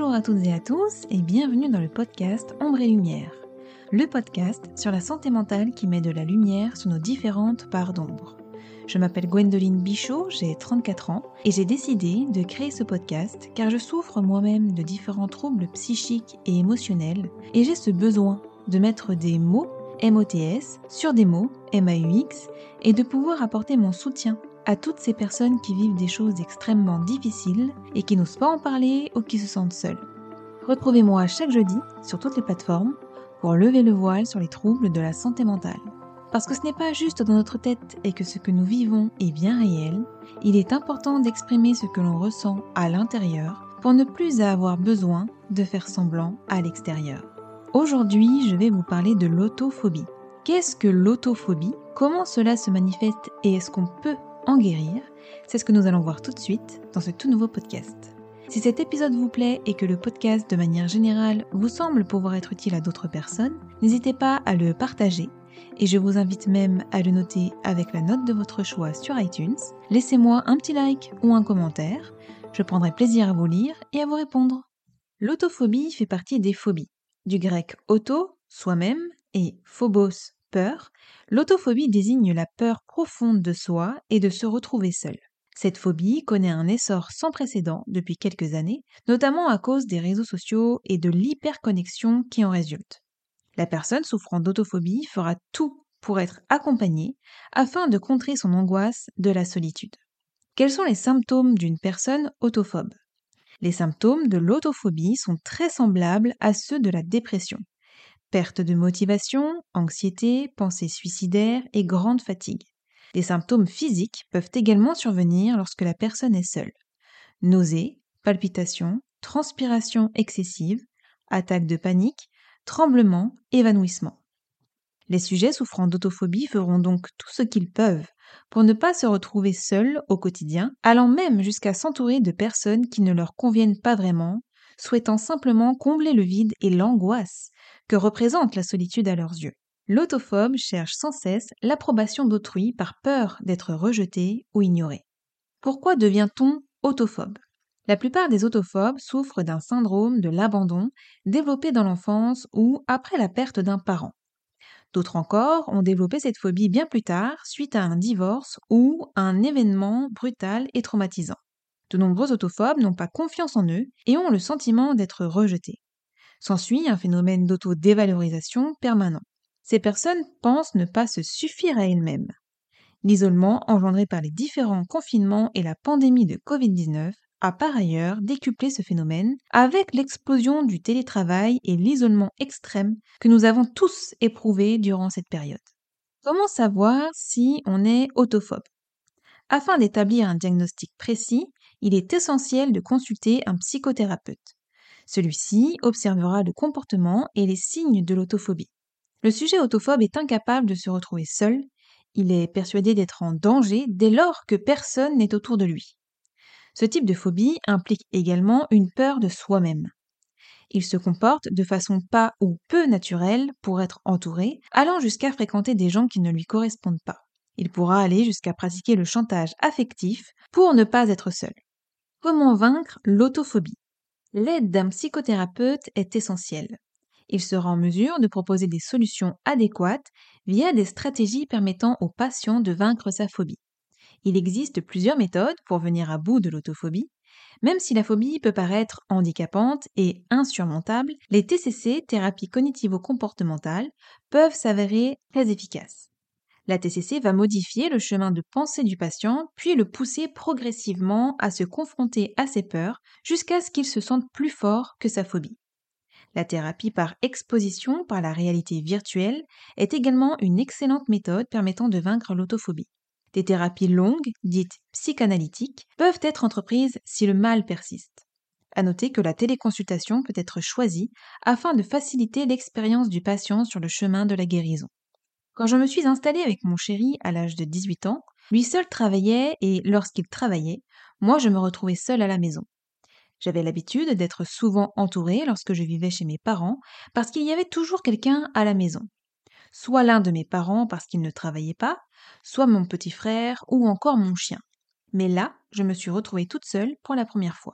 Bonjour à toutes et à tous et bienvenue dans le podcast Ombre et Lumière, le podcast sur la santé mentale qui met de la lumière sur nos différentes parts d'ombre. Je m'appelle Gwendoline Bichot, j'ai 34 ans et j'ai décidé de créer ce podcast car je souffre moi-même de différents troubles psychiques et émotionnels et j'ai ce besoin de mettre des mots MOTS sur des mots MAUX et de pouvoir apporter mon soutien à toutes ces personnes qui vivent des choses extrêmement difficiles et qui n'osent pas en parler ou qui se sentent seules. Retrouvez-moi chaque jeudi sur toutes les plateformes pour lever le voile sur les troubles de la santé mentale. Parce que ce n'est pas juste dans notre tête et que ce que nous vivons est bien réel, il est important d'exprimer ce que l'on ressent à l'intérieur pour ne plus avoir besoin de faire semblant à l'extérieur. Aujourd'hui, je vais vous parler de l'autophobie. Qu'est-ce que l'autophobie ? Comment cela se manifeste et est-ce qu'on peut en guérir? C'est ce que nous allons voir tout de suite dans ce tout nouveau podcast. Si cet épisode vous plaît et que le podcast de manière générale vous semble pouvoir être utile à d'autres personnes, n'hésitez pas à le partager et je vous invite même à le noter avec la note de votre choix sur iTunes. Laissez-moi un petit like ou un commentaire, je prendrai plaisir à vous lire et à vous répondre. L'autophobie fait partie des phobies. Du grec auto, soi-même, et phobos, peur, l'autophobie désigne la peur profonde de soi et de se retrouver seul. Cette phobie connaît un essor sans précédent depuis quelques années, notamment à cause des réseaux sociaux et de l'hyperconnexion qui en résulte. La personne souffrant d'autophobie fera tout pour être accompagnée afin de contrer son angoisse de la solitude. Quels sont les symptômes d'une personne autophobe ? Les symptômes de l'autophobie sont très semblables à ceux de la dépression. Perte de motivation, anxiété, pensées suicidaires et grande fatigue. Des symptômes physiques peuvent également survenir lorsque la personne est seule. Nausées, palpitations, transpiration excessive, attaques de panique, tremblements, évanouissements. Les sujets souffrant d'autophobie feront donc tout ce qu'ils peuvent pour ne pas se retrouver seuls au quotidien, allant même jusqu'à s'entourer de personnes qui ne leur conviennent pas vraiment, souhaitant simplement combler le vide et l'angoisse que représente la solitude à leurs yeux. L'autophobe cherche sans cesse l'approbation d'autrui par peur d'être rejeté ou ignoré. Pourquoi devient-on autophobe ? La plupart des autophobes souffrent d'un syndrome de l'abandon développé dans l'enfance ou après la perte d'un parent. D'autres encore ont développé cette phobie bien plus tard suite à un divorce ou à un événement brutal et traumatisant. De nombreux autophobes n'ont pas confiance en eux et ont le sentiment d'être rejetés. S'ensuit un phénomène d'auto-dévalorisation permanent. Ces personnes pensent ne pas se suffire à elles-mêmes. L'isolement engendré par les différents confinements et la pandémie de Covid-19 a par ailleurs décuplé ce phénomène avec l'explosion du télétravail et l'isolement extrême que nous avons tous éprouvé durant cette période. Comment savoir si on est autophobe ? Afin d'établir un diagnostic précis, il est essentiel de consulter un psychothérapeute. Celui-ci observera le comportement et les signes de l'autophobie. Le sujet autophobe est incapable de se retrouver seul, il est persuadé d'être en danger dès lors que personne n'est autour de lui. Ce type de phobie implique également une peur de soi-même. Il se comporte de façon pas ou peu naturelle pour être entouré, allant jusqu'à fréquenter des gens qui ne lui correspondent pas. Il pourra aller jusqu'à pratiquer le chantage affectif pour ne pas être seul. Comment vaincre l'autophobie ? L'aide d'un psychothérapeute est essentielle. Il sera en mesure de proposer des solutions adéquates via des stratégies permettant au patient de vaincre sa phobie. Il existe plusieurs méthodes pour venir à bout de l'autophobie. Même si la phobie peut paraître handicapante et insurmontable, les TCC, thérapies cognitivo-comportementales, peuvent s'avérer très efficaces. La TCC va modifier le chemin de pensée du patient, puis le pousser progressivement à se confronter à ses peurs jusqu'à ce qu'il se sente plus fort que sa phobie. La thérapie par exposition par la réalité virtuelle est également une excellente méthode permettant de vaincre l'autophobie. Des thérapies longues, dites psychanalytiques, peuvent être entreprises si le mal persiste. À noter que la téléconsultation peut être choisie afin de faciliter l'expérience du patient sur le chemin de la guérison. Quand je me suis installée avec mon chéri à l'âge de 18 ans, lui seul travaillait et lorsqu'il travaillait, moi je me retrouvais seule à la maison. J'avais l'habitude d'être souvent entourée lorsque je vivais chez mes parents parce qu'il y avait toujours quelqu'un à la maison. Soit l'un de mes parents parce qu'il ne travaillait pas, soit mon petit frère ou encore mon chien. Mais là, je me suis retrouvée toute seule pour la première fois.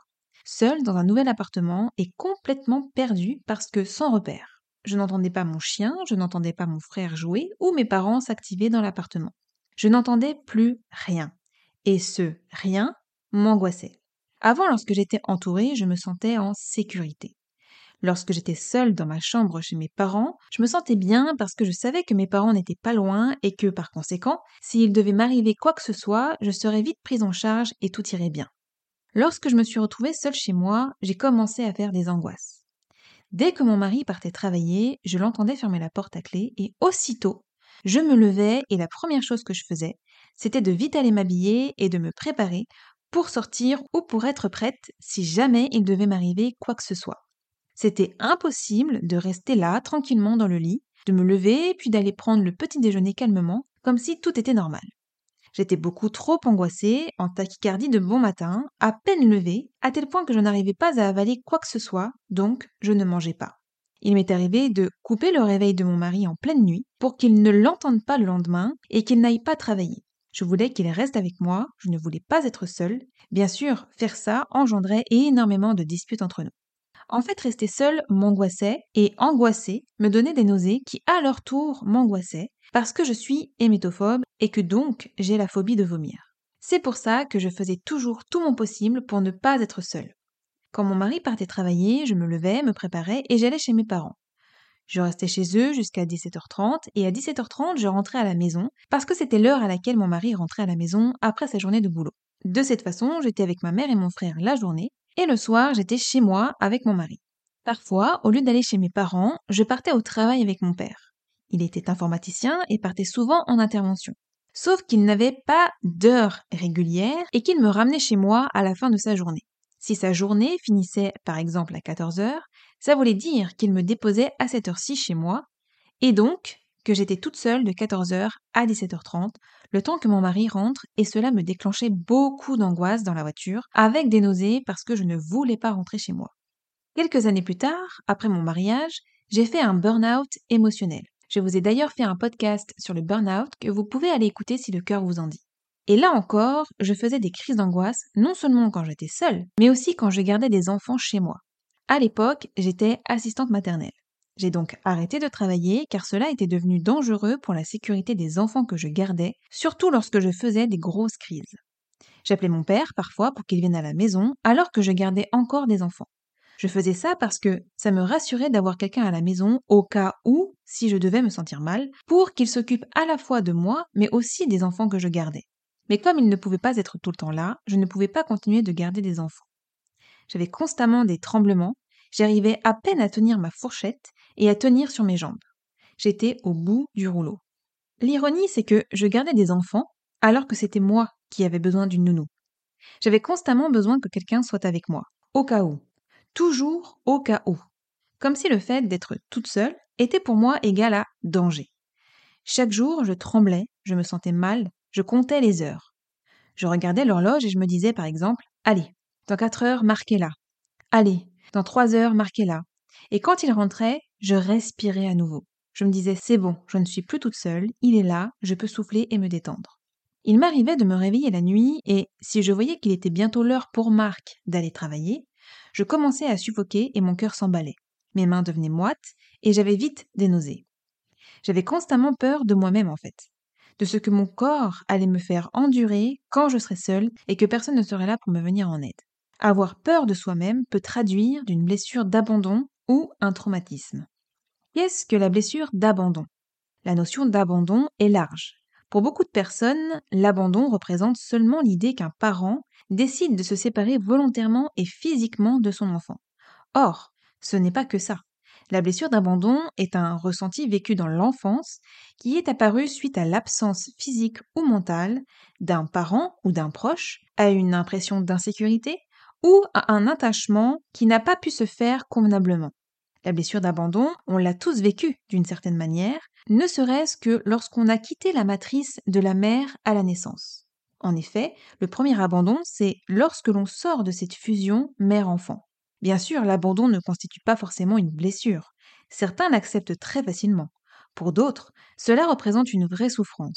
seule dans un nouvel appartement et complètement perdue parce que sans repère. Je n'entendais pas mon chien, je n'entendais pas mon frère jouer ou mes parents s'activer dans l'appartement. Je n'entendais plus rien. Et ce rien m'angoissait. Avant, lorsque j'étais entourée, je me sentais en sécurité. Lorsque j'étais seule dans ma chambre chez mes parents, je me sentais bien parce que je savais que mes parents n'étaient pas loin et que, par conséquent, s'il devait m'arriver quoi que ce soit, je serais vite prise en charge et tout irait bien. Lorsque je me suis retrouvée seule chez moi, j'ai commencé à faire des angoisses. Dès que mon mari partait travailler, je l'entendais fermer la porte à clé et aussitôt, je me levais et la première chose que je faisais, c'était de vite aller m'habiller et de me préparer pour sortir ou pour être prête si jamais il devait m'arriver quoi que ce soit. C'était impossible de rester là, tranquillement dans le lit, de me lever puis d'aller prendre le petit déjeuner calmement, comme si tout était normal. J'étais beaucoup trop angoissée, en tachycardie de bon matin, à peine levée, à tel point que je n'arrivais pas à avaler quoi que ce soit, donc je ne mangeais pas. Il m'est arrivé de couper le réveil de mon mari en pleine nuit pour qu'il ne l'entende pas le lendemain et qu'il n'aille pas travailler. Je voulais qu'il reste avec moi, je ne voulais pas être seule. Bien sûr, faire ça engendrait énormément de disputes entre nous. En fait, rester seule m'angoissait et angoisser me donnait des nausées qui, à leur tour, m'angoissaient parce que je suis hémétophobe et que donc j'ai la phobie de vomir. C'est pour ça que je faisais toujours tout mon possible pour ne pas être seule. Quand mon mari partait travailler, je me levais, me préparais et j'allais chez mes parents. Je restais chez eux jusqu'à 17h30 et à 17h30, je rentrais à la maison parce que c'était l'heure à laquelle mon mari rentrait à la maison après sa journée de boulot. De cette façon, j'étais avec ma mère et mon frère la journée et le soir, j'étais chez moi avec mon mari. Parfois, au lieu d'aller chez mes parents, je partais au travail avec mon père. Il était informaticien et partait souvent en intervention. Sauf qu'il n'avait pas d'heure régulière et qu'il me ramenait chez moi à la fin de sa journée. Si sa journée finissait par exemple à 14h, ça voulait dire qu'il me déposait à cette heure-ci chez moi et donc que j'étais toute seule de 14h à 17h30, le temps que mon mari rentre, et cela me déclenchait beaucoup d'angoisse dans la voiture, avec des nausées parce que je ne voulais pas rentrer chez moi. Quelques années plus tard, après mon mariage, j'ai fait un burn-out émotionnel. Je vous ai d'ailleurs fait un podcast sur le burn-out que vous pouvez aller écouter si le cœur vous en dit. Et là encore, je faisais des crises d'angoisse non seulement quand j'étais seule, mais aussi quand je gardais des enfants chez moi. À l'époque, j'étais assistante maternelle. J'ai donc arrêté de travailler car cela était devenu dangereux pour la sécurité des enfants que je gardais, surtout lorsque je faisais des grosses crises. J'appelais mon père parfois pour qu'il vienne à la maison alors que je gardais encore des enfants. Je faisais ça parce que ça me rassurait d'avoir quelqu'un à la maison au cas où, si je devais me sentir mal, pour qu'il s'occupe à la fois de moi mais aussi des enfants que je gardais. Mais comme il ne pouvait pas être tout le temps là, je ne pouvais pas continuer de garder des enfants. J'avais constamment des tremblements, j'arrivais à peine à tenir ma fourchette et à tenir sur mes jambes. J'étais au bout du rouleau. L'ironie, c'est que je gardais des enfants alors que c'était moi qui avais besoin d'une nounou. J'avais constamment besoin que quelqu'un soit avec moi, au cas où. Toujours au cas où. Comme si le fait d'être toute seule était pour moi égal à danger. Chaque jour, je tremblais, je me sentais mal, je comptais les heures. Je regardais l'horloge et je me disais par exemple, allez, dans 4 heures, marquez-la. Allez, dans 3 heures, marquez-la. Et quand il rentrait, je respirais à nouveau. Je me disais, c'est bon, je ne suis plus toute seule, il est là, je peux souffler et me détendre. Il m'arrivait de me réveiller la nuit et, si je voyais qu'il était bientôt l'heure pour Marc d'aller travailler, je commençais à suffoquer et mon cœur s'emballait. Mes mains devenaient moites et j'avais vite des nausées. J'avais constamment peur de moi-même en fait, de ce que mon corps allait me faire endurer quand je serais seule et que personne ne serait là pour me venir en aide. Avoir peur de soi-même peut traduire d'une blessure d'abandon ou un traumatisme. Qu'est-ce que la blessure d'abandon ? La notion d'abandon est large. Pour beaucoup de personnes, l'abandon représente seulement l'idée qu'un parent décide de se séparer volontairement et physiquement de son enfant. Or, ce n'est pas que ça. La blessure d'abandon est un ressenti vécu dans l'enfance qui est apparu suite à l'absence physique ou mentale d'un parent ou d'un proche, à une impression d'insécurité ou à un attachement qui n'a pas pu se faire convenablement. La blessure d'abandon, on l'a tous vécue d'une certaine manière, ne serait-ce que lorsqu'on a quitté la matrice de la mère à la naissance. En effet, le premier abandon, c'est lorsque l'on sort de cette fusion mère-enfant. Bien sûr, l'abandon ne constitue pas forcément une blessure. Certains l'acceptent très facilement. Pour d'autres, cela représente une vraie souffrance.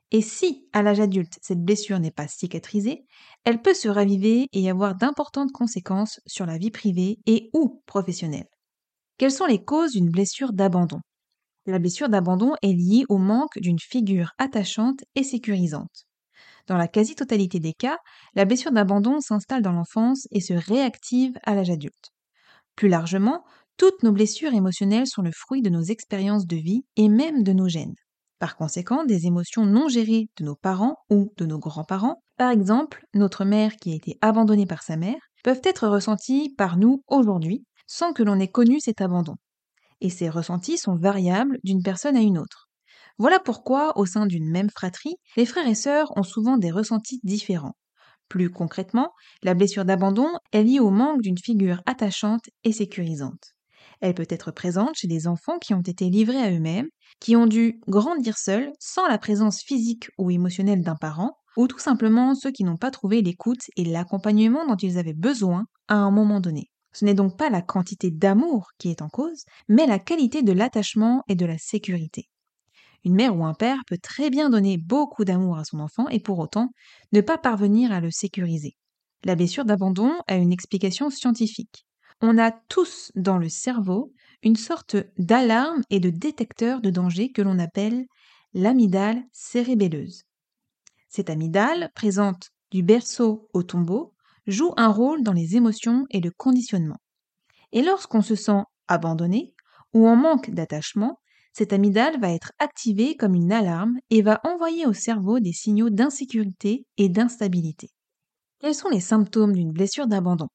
Et si, à l'âge adulte, cette blessure n'est pas cicatrisée, elle peut se raviver et avoir d'importantes conséquences sur la vie privée et ou professionnelle. Quelles sont les causes d'une blessure d'abandon? La blessure d'abandon est liée au manque d'une figure attachante et sécurisante. Dans la quasi-totalité des cas, la blessure d'abandon s'installe dans l'enfance et se réactive à l'âge adulte. Plus largement, toutes nos blessures émotionnelles sont le fruit de nos expériences de vie et même de nos gènes. Par conséquent, des émotions non gérées de nos parents ou de nos grands-parents, par exemple notre mère qui a été abandonnée par sa mère, peuvent être ressenties par nous aujourd'hui sans que l'on ait connu cet abandon. Et ces ressentis sont variables d'une personne à une autre. Voilà pourquoi, au sein d'une même fratrie, les frères et sœurs ont souvent des ressentis différents. Plus concrètement, la blessure d'abandon est liée au manque d'une figure attachante et sécurisante. Elle peut être présente chez des enfants qui ont été livrés à eux-mêmes, qui ont dû grandir seuls sans la présence physique ou émotionnelle d'un parent, ou tout simplement ceux qui n'ont pas trouvé l'écoute et l'accompagnement dont ils avaient besoin à un moment donné. Ce n'est donc pas la quantité d'amour qui est en cause, mais la qualité de l'attachement et de la sécurité. Une mère ou un père peut très bien donner beaucoup d'amour à son enfant et pour autant ne pas parvenir à le sécuriser. La blessure d'abandon a une explication scientifique. On a tous dans le cerveau une sorte d'alarme et de détecteur de danger que l'on appelle l'amygdale cérébelleuse. Cette amygdale, présente du berceau au tombeau, joue un rôle dans les émotions et le conditionnement. Et lorsqu'on se sent abandonné ou en manque d'attachement, cette amygdale va être activée comme une alarme et va envoyer au cerveau des signaux d'insécurité et d'instabilité. Quels sont les symptômes d'une blessure d'abandon?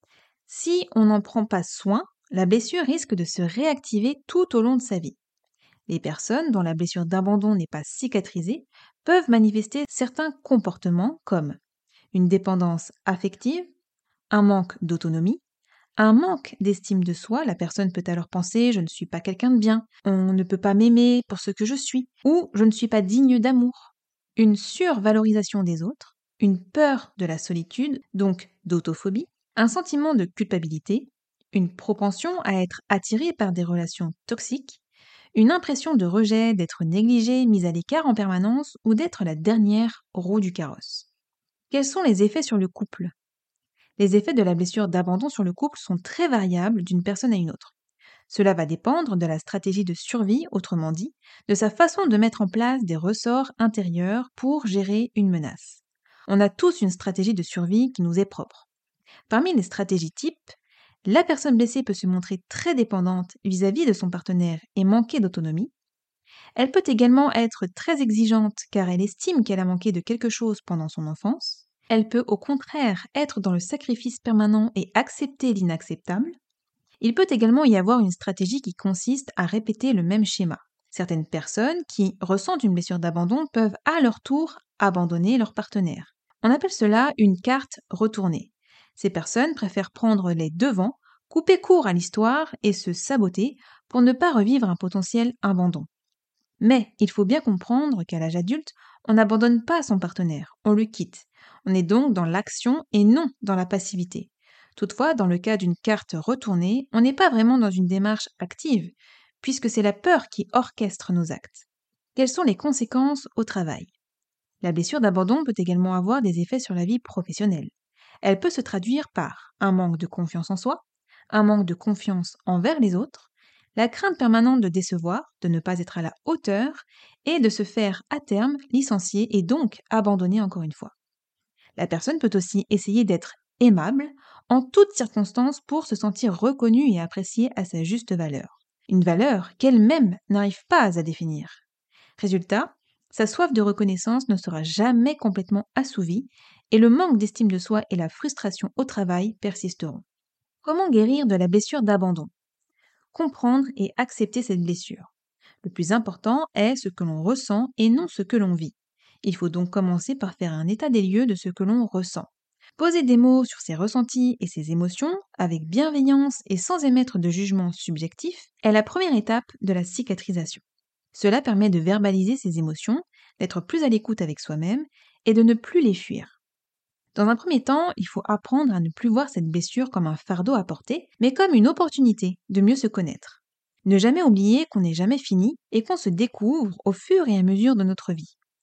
Si on n'en prend pas soin, la blessure risque de se réactiver tout au long de sa vie. Les personnes dont la blessure d'abandon n'est pas cicatrisée peuvent manifester certains comportements comme une dépendance affective, un manque d'autonomie, un manque d'estime de soi. La personne peut alors penser « je ne suis pas quelqu'un de bien »,« on ne peut pas m'aimer pour ce que je suis » ou « je ne suis pas digne d'amour ». Une survalorisation des autres, une peur de la solitude, donc d'autophobie, un sentiment de culpabilité, une propension à être attiré par des relations toxiques, une impression de rejet, d'être négligé, mise à l'écart en permanence ou d'être la dernière roue du carrosse. Quels sont les effets sur le couple? Les effets de la blessure d'abandon sur le couple sont très variables d'une personne à une autre. Cela va dépendre de la stratégie de survie, autrement dit, de sa façon de mettre en place des ressorts intérieurs pour gérer une menace. On a tous une stratégie de survie qui nous est propre. Parmi les stratégies types, la personne blessée peut se montrer très dépendante vis-à-vis de son partenaire et manquer d'autonomie. Elle peut également être très exigeante car elle estime qu'elle a manqué de quelque chose pendant son enfance. Elle peut au contraire être dans le sacrifice permanent et accepter l'inacceptable. Il peut également y avoir une stratégie qui consiste à répéter le même schéma. Certaines personnes qui ressentent une blessure d'abandon peuvent à leur tour abandonner leur partenaire. On appelle cela une carte retournée. Ces personnes préfèrent prendre les devants, couper court à l'histoire et se saboter pour ne pas revivre un potentiel abandon. Mais il faut bien comprendre qu'à l'âge adulte, on n'abandonne pas son partenaire, on le quitte. On est donc dans l'action et non dans la passivité. Toutefois, dans le cas d'une carte retournée, on n'est pas vraiment dans une démarche active, puisque c'est la peur qui orchestre nos actes. Quelles sont les conséquences au travail? La blessure d'abandon peut également avoir des effets sur la vie professionnelle. Elle peut se traduire par un manque de confiance en soi, un manque de confiance envers les autres, la crainte permanente de décevoir, de ne pas être à la hauteur et de se faire à terme licencier et donc abandonner encore une fois. La personne peut aussi essayer d'être aimable en toutes circonstances pour se sentir reconnue et appréciée à sa juste valeur. Une valeur qu'elle-même n'arrive pas à définir. Résultat, sa soif de reconnaissance ne sera jamais complètement assouvie et le manque d'estime de soi et la frustration au travail persisteront. Comment guérir de la blessure d'abandon? Comprendre et accepter cette blessure. Le plus important est ce que l'on ressent et non ce que l'on vit. Il faut donc commencer par faire un état des lieux de ce que l'on ressent. Poser des mots sur ses ressentis et ses émotions, avec bienveillance et sans émettre de jugement subjectif, est la première étape de la cicatrisation. Cela permet de verbaliser ses émotions, d'être plus à l'écoute avec soi-même et de ne plus les fuir. Dans un premier temps, il faut apprendre à ne plus voir cette blessure comme un fardeau à porter, mais comme une opportunité de mieux se connaître. Ne jamais oublier qu'on n'est jamais fini et qu'on se découvre au fur et à mesure de notre vie.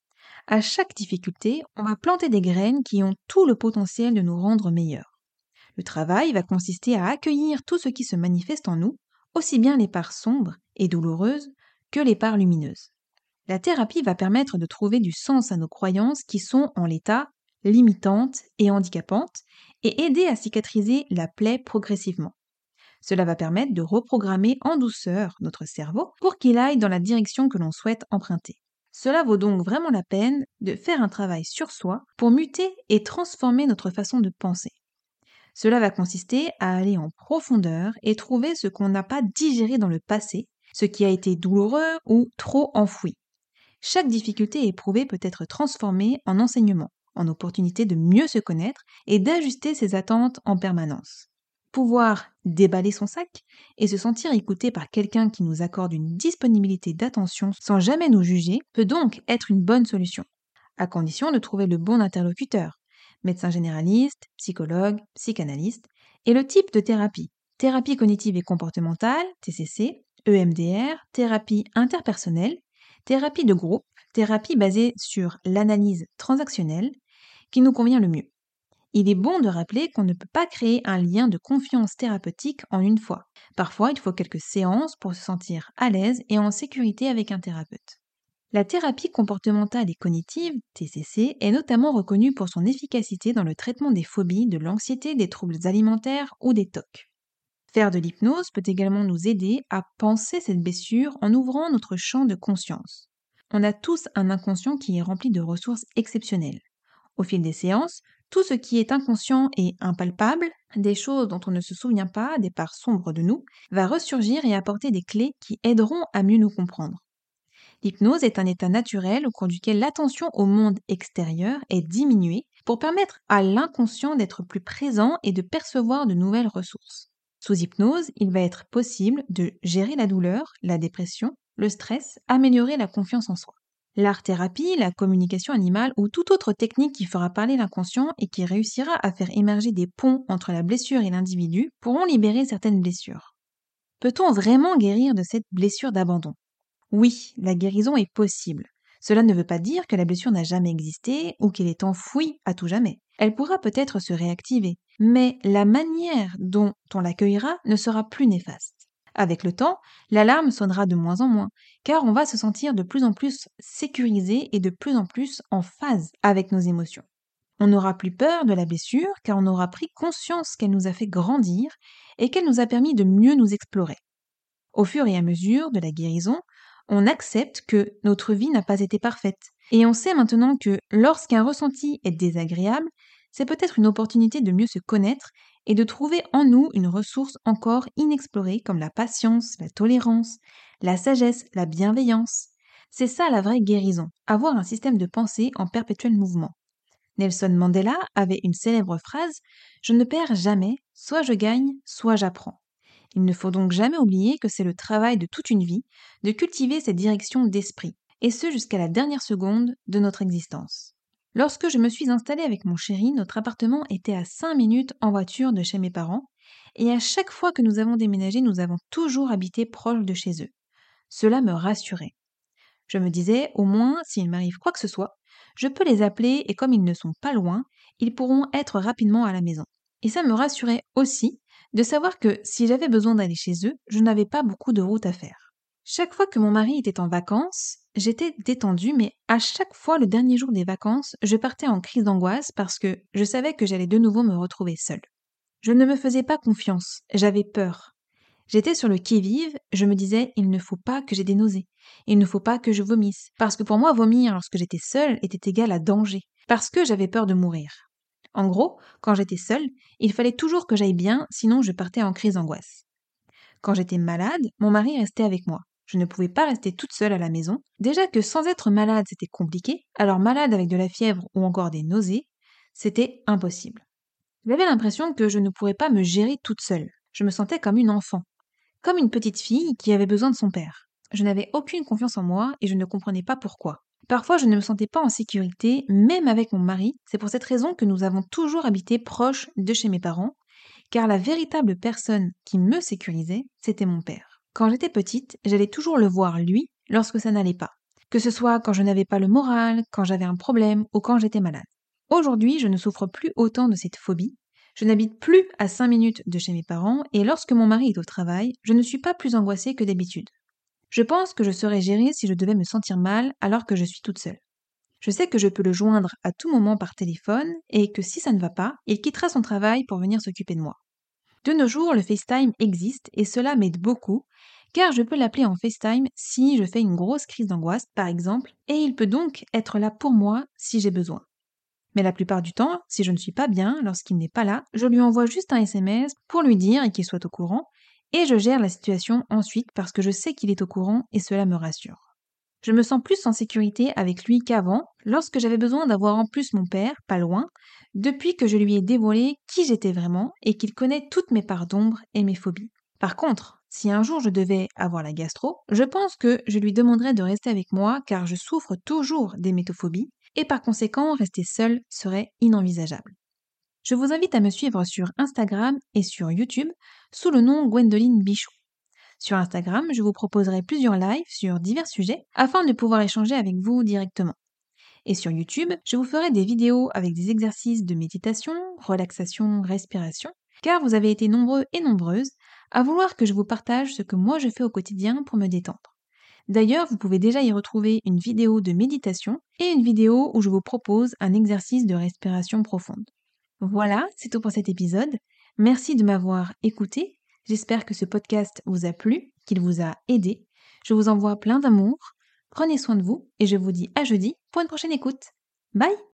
À chaque difficulté, on va planter des graines qui ont tout le potentiel de nous rendre meilleurs. Le travail va consister à accueillir tout ce qui se manifeste en nous, aussi bien les parts sombres et douloureuses que les parts lumineuses. La thérapie va permettre de trouver du sens à nos croyances qui sont en l'état limitantes et handicapantes et aider à cicatriser la plaie progressivement. Cela va permettre de reprogrammer en douceur notre cerveau pour qu'il aille dans la direction que l'on souhaite emprunter. Cela vaut donc vraiment la peine de faire un travail sur soi pour muter et transformer notre façon de penser. Cela va consister à aller en profondeur et trouver ce qu'on n'a pas digéré dans le passé, ce qui a été douloureux ou trop enfoui. Chaque difficulté éprouvée peut être transformée en enseignement, en opportunité de mieux se connaître et d'ajuster ses attentes en permanence. Pouvoir déballer son sac et se sentir écouté par quelqu'un qui nous accorde une disponibilité d'attention sans jamais nous juger peut donc être une bonne solution, à condition de trouver le bon interlocuteur, médecin généraliste, psychologue, psychanalyste, et le type de thérapie. Thérapie cognitive et comportementale, TCC, EMDR, thérapie interpersonnelle, thérapie de groupe, thérapie basée sur l'analyse transactionnelle, qui nous convient le mieux. Il est bon de rappeler qu'on ne peut pas créer un lien de confiance thérapeutique en une fois. Parfois, il faut quelques séances pour se sentir à l'aise et en sécurité avec un thérapeute. La thérapie comportementale et cognitive, TCC, est notamment reconnue pour son efficacité dans le traitement des phobies, de l'anxiété, des troubles alimentaires ou des TOC. Faire de l'hypnose peut également nous aider à penser cette blessure en ouvrant notre champ de conscience. On a tous un inconscient qui est rempli de ressources exceptionnelles. Au fil des séances, tout ce qui est inconscient et impalpable, des choses dont on ne se souvient pas, des parts sombres de nous, va ressurgir et apporter des clés qui aideront à mieux nous comprendre. L'hypnose est un état naturel au cours duquel l'attention au monde extérieur est diminuée pour permettre à l'inconscient d'être plus présent et de percevoir de nouvelles ressources. Sous hypnose, il va être possible de gérer la douleur, la dépression, le stress, améliorer la confiance en soi. L'art-thérapie, la communication animale ou toute autre technique qui fera parler l'inconscient et qui réussira à faire émerger des ponts entre la blessure et l'individu pourront libérer certaines blessures. Peut-on vraiment guérir de cette blessure d'abandon ? Oui, la guérison est possible. Cela ne veut pas dire que la blessure n'a jamais existé ou qu'elle est enfouie à tout jamais. Elle pourra peut-être se réactiver, mais la manière dont on l'accueillera ne sera plus néfaste. Avec le temps, l'alarme sonnera de moins en moins, car on va se sentir de plus en plus sécurisé et de plus en plus en phase avec nos émotions. On n'aura plus peur de la blessure, car on aura pris conscience qu'elle nous a fait grandir et qu'elle nous a permis de mieux nous explorer. Au fur et à mesure de la guérison, on accepte que notre vie n'a pas été parfaite. Et on sait maintenant que lorsqu'un ressenti est désagréable, c'est peut-être une opportunité de mieux se connaître et de trouver en nous une ressource encore inexplorée comme la patience, la tolérance, la sagesse, la bienveillance. C'est ça la vraie guérison, avoir un système de pensée en perpétuel mouvement. Nelson Mandela avait une célèbre phrase « Je ne perds jamais, soit je gagne, soit j'apprends ». Il ne faut donc jamais oublier que c'est le travail de toute une vie de cultiver cette direction d'esprit, et ce jusqu'à la dernière seconde de notre existence. Lorsque je me suis installée avec mon chéri, notre appartement était à 5 minutes en voiture de chez mes parents, et à chaque fois que nous avons déménagé, nous avons toujours habité proche de chez eux. Cela me rassurait. Je me disais, au moins, s'il m'arrive quoi que ce soit, je peux les appeler et comme ils ne sont pas loin, ils pourront être rapidement à la maison. Et ça me rassurait aussi de savoir que si j'avais besoin d'aller chez eux, je n'avais pas beaucoup de route à faire. Chaque fois que mon mari était en vacances, j'étais détendue, mais à chaque fois le dernier jour des vacances, je partais en crise d'angoisse parce que je savais que j'allais de nouveau me retrouver seule. Je ne me faisais pas confiance, j'avais peur. J'étais sur le qui-vive, je me disais, il ne faut pas que j'ai des nausées, il ne faut pas que je vomisse, parce que pour moi, vomir lorsque j'étais seule était égal à danger, parce que j'avais peur de mourir. En gros, quand j'étais seule, il fallait toujours que j'aille bien, sinon je partais en crise d'angoisse. Quand j'étais malade, mon mari restait avec moi. Je ne pouvais pas rester toute seule à la maison. Déjà que sans être malade, c'était compliqué, alors malade avec de la fièvre ou encore des nausées, c'était impossible. J'avais l'impression que je ne pourrais pas me gérer toute seule. Je me sentais comme une enfant. Comme une petite fille qui avait besoin de son père. Je n'avais aucune confiance en moi et je ne comprenais pas pourquoi. Parfois, je ne me sentais pas en sécurité, même avec mon mari. C'est pour cette raison que nous avons toujours habité proche de chez mes parents, car la véritable personne qui me sécurisait, c'était mon père. Quand j'étais petite, j'allais toujours le voir, lui, lorsque ça n'allait pas. que ce soit quand je n'avais pas le moral, quand j'avais un problème ou quand j'étais malade. Aujourd'hui, je ne souffre plus autant de cette phobie. Je n'habite plus à 5 minutes de chez mes parents et lorsque mon mari est au travail, je ne suis pas plus angoissée que d'habitude. Je pense que je serais gérée si je devais me sentir mal alors que je suis toute seule. Je sais que je peux le joindre à tout moment par téléphone et que si ça ne va pas, il quittera son travail pour venir s'occuper de moi. De nos jours, le FaceTime existe et cela m'aide beaucoup car je peux l'appeler en FaceTime si je fais une grosse crise d'angoisse par exemple et il peut donc être là pour moi si j'ai besoin. Mais la plupart du temps, si je ne suis pas bien lorsqu'il n'est pas là, je lui envoie juste un SMS pour lui dire et qu'il soit au courant et je gère la situation ensuite parce que je sais qu'il est au courant et cela me rassure. Je me sens plus en sécurité avec lui qu'avant, lorsque j'avais besoin d'avoir en plus mon père, pas loin, depuis que je lui ai dévoilé qui j'étais vraiment et qu'il connaît toutes mes parts d'ombre et mes phobies. Par contre, si un jour je devais avoir la gastro, je pense que je lui demanderais de rester avec moi car je souffre toujours d'hémétophobie et par conséquent rester seule serait inenvisageable. Je vous invite à me suivre sur Instagram et sur YouTube sous le nom Gwendoline Bichot. Sur Instagram, je vous proposerai plusieurs lives sur divers sujets afin de pouvoir échanger avec vous directement. Et sur YouTube, je vous ferai des vidéos avec des exercices de méditation, relaxation, respiration, car vous avez été nombreux et nombreuses à vouloir que je vous partage ce que moi je fais au quotidien pour me détendre. D'ailleurs, vous pouvez déjà y retrouver une vidéo de méditation et une vidéo où je vous propose un exercice de respiration profonde. Voilà, c'est tout pour cet épisode. Merci de m'avoir écouté. J'espère que ce podcast vous a plu, qu'il vous a aidé. Je vous envoie plein d'amour. Prenez soin de vous et je vous dis à jeudi pour une prochaine écoute. Bye!